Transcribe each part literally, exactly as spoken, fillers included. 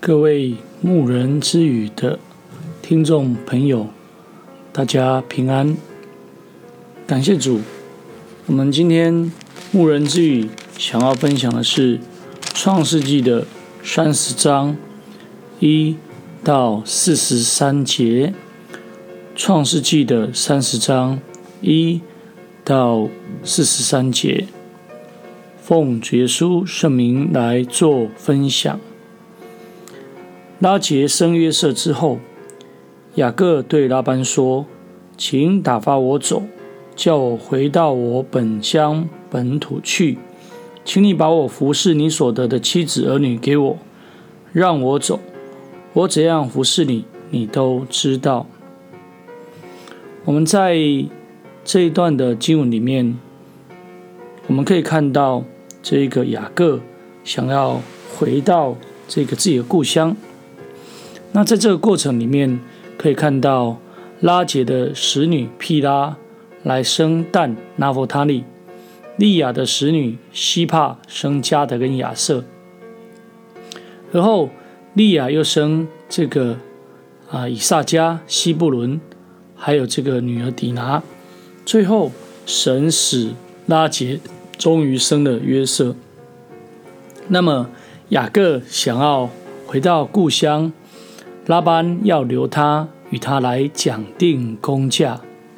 各位牧人之语的听众朋友，大家平安，感谢主。我们今天牧人之语想要分享的是创世纪的三十章一到四十三节。创世纪的三十章一到四十三节，奉主耶稣圣名来做分享。拉结生约瑟之后，雅各对拉班说：请打发我走，叫我回到我本乡本土去，请你把我服侍你所得的妻子儿女给我，让我走，我怎样服侍你，你都知道。我们在这一段的经文里面，我们可以看到这个雅各想要回到这个自己的故乡。那在这个过程里面，可以看到拉结的使女毗拉来生但拿弗他利，利亚的使女西帕生迦得跟亚瑟，而后利亚又生这个啊以萨迦、西布伦，还有这个女儿底拿，最后神使拉结终于生了约瑟。那么雅各想要回到故乡，拉班要留他，与他来讲定工价。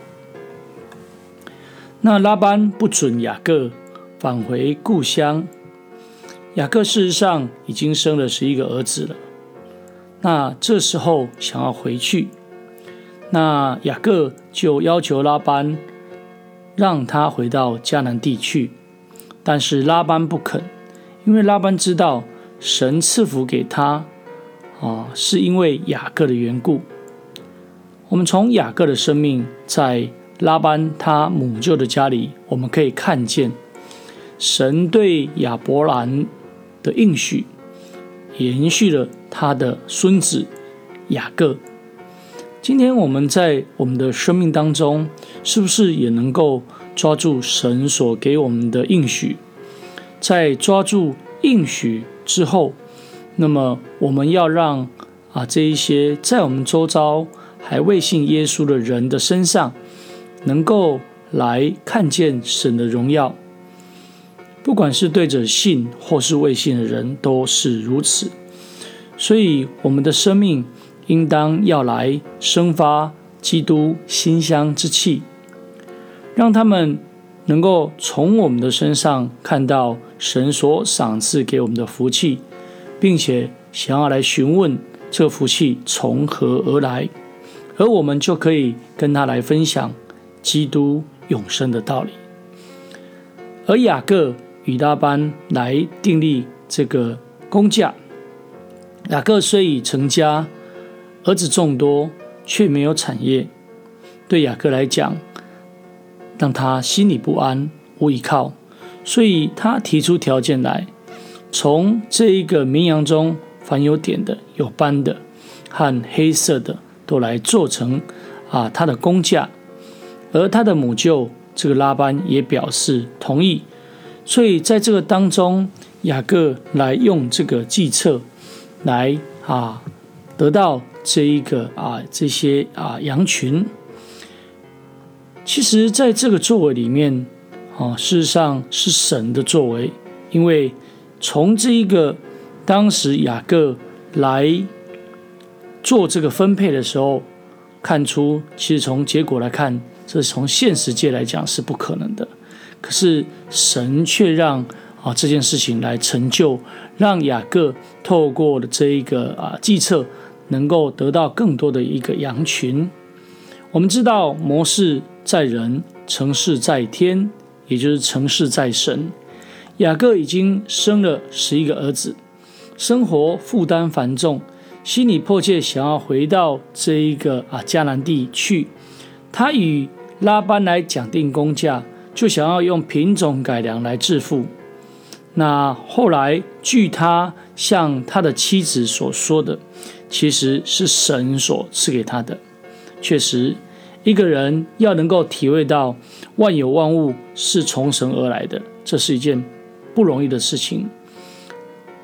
那拉班不准雅各返回故乡。雅各事实上已经生了十一个儿子了，那这时候想要回去，那雅各就要求拉班让他回到迦南地去，但是拉班不肯，因为拉班知道神赐福给他啊，是因为雅各的缘故。我们从雅各的生命在拉班他母舅的家里，我们可以看见神对亚伯兰的应许延续了他的孙子雅各。今天我们在我们的生命当中，是不是也能够抓住神所给我们的应许？在抓住应许之后，那么我们要让啊这一些在我们周遭还未信耶稣的人的身上，能够来看见神的荣耀。不管是对着信或是未信的人，都是如此。所以我们的生命应当要来生发基督馨香之气，让他们能够从我们的身上看到神所赏赐给我们的福气，并且想要来询问这个福气从何而来，而我们就可以跟他来分享基督永生的道理。而雅各与拉班来订立这个工价。雅各虽已成家，儿子众多，却没有产业。对雅各来讲，让他心里不安，无依靠，所以他提出条件来，从这一个绵羊中，凡有点的、有斑的和黑色的，都来做成啊他的工价。而他的母舅这个拉班也表示同意，所以在这个当中，雅各来用这个计策来啊得到这一个啊这些啊羊群。其实在这个作为里面啊，事实上是神的作为，因为从这一个当时雅各来做这个分配的时候，看出其实从结果来看，这从现实界来讲是不可能的，可是神却让啊这件事情来成就，让雅各透过了这一个啊计策，能够得到更多的一个羊群。我们知道谋事在人，成事在天，也就是成事在神。雅各已经生了十一个儿子，生活负担繁重，心里迫切想要回到这一个啊迦南地去。他与拉班来讲定工价，就想要用品种改良来致富。那后来据他向他的妻子所说的，其实是神所赐给他的。确实，一个人要能够体会到万有万物是从神而来的，这是一件不容易的事情。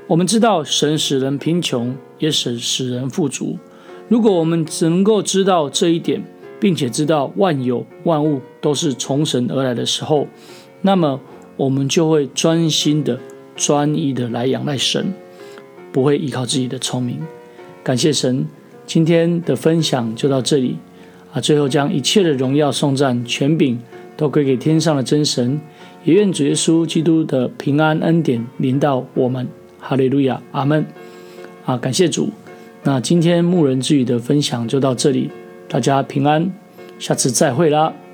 我们知道神使人贫穷，也使使人富足。如果我们只能够知道这一点，并且知道万有万物都是从神而来的时候，那么我们就会专心的、专一的来仰赖神，不会依靠自己的聪明。感谢神，今天的分享就到这里啊！最后将一切的荣耀、颂赞、权柄都归给天上的真神，也愿主耶稣基督的平安恩典临到我们。哈利路亚，阿们啊！感谢主。那今天牧人之语的分享就到这里，大家平安，下次再会啦。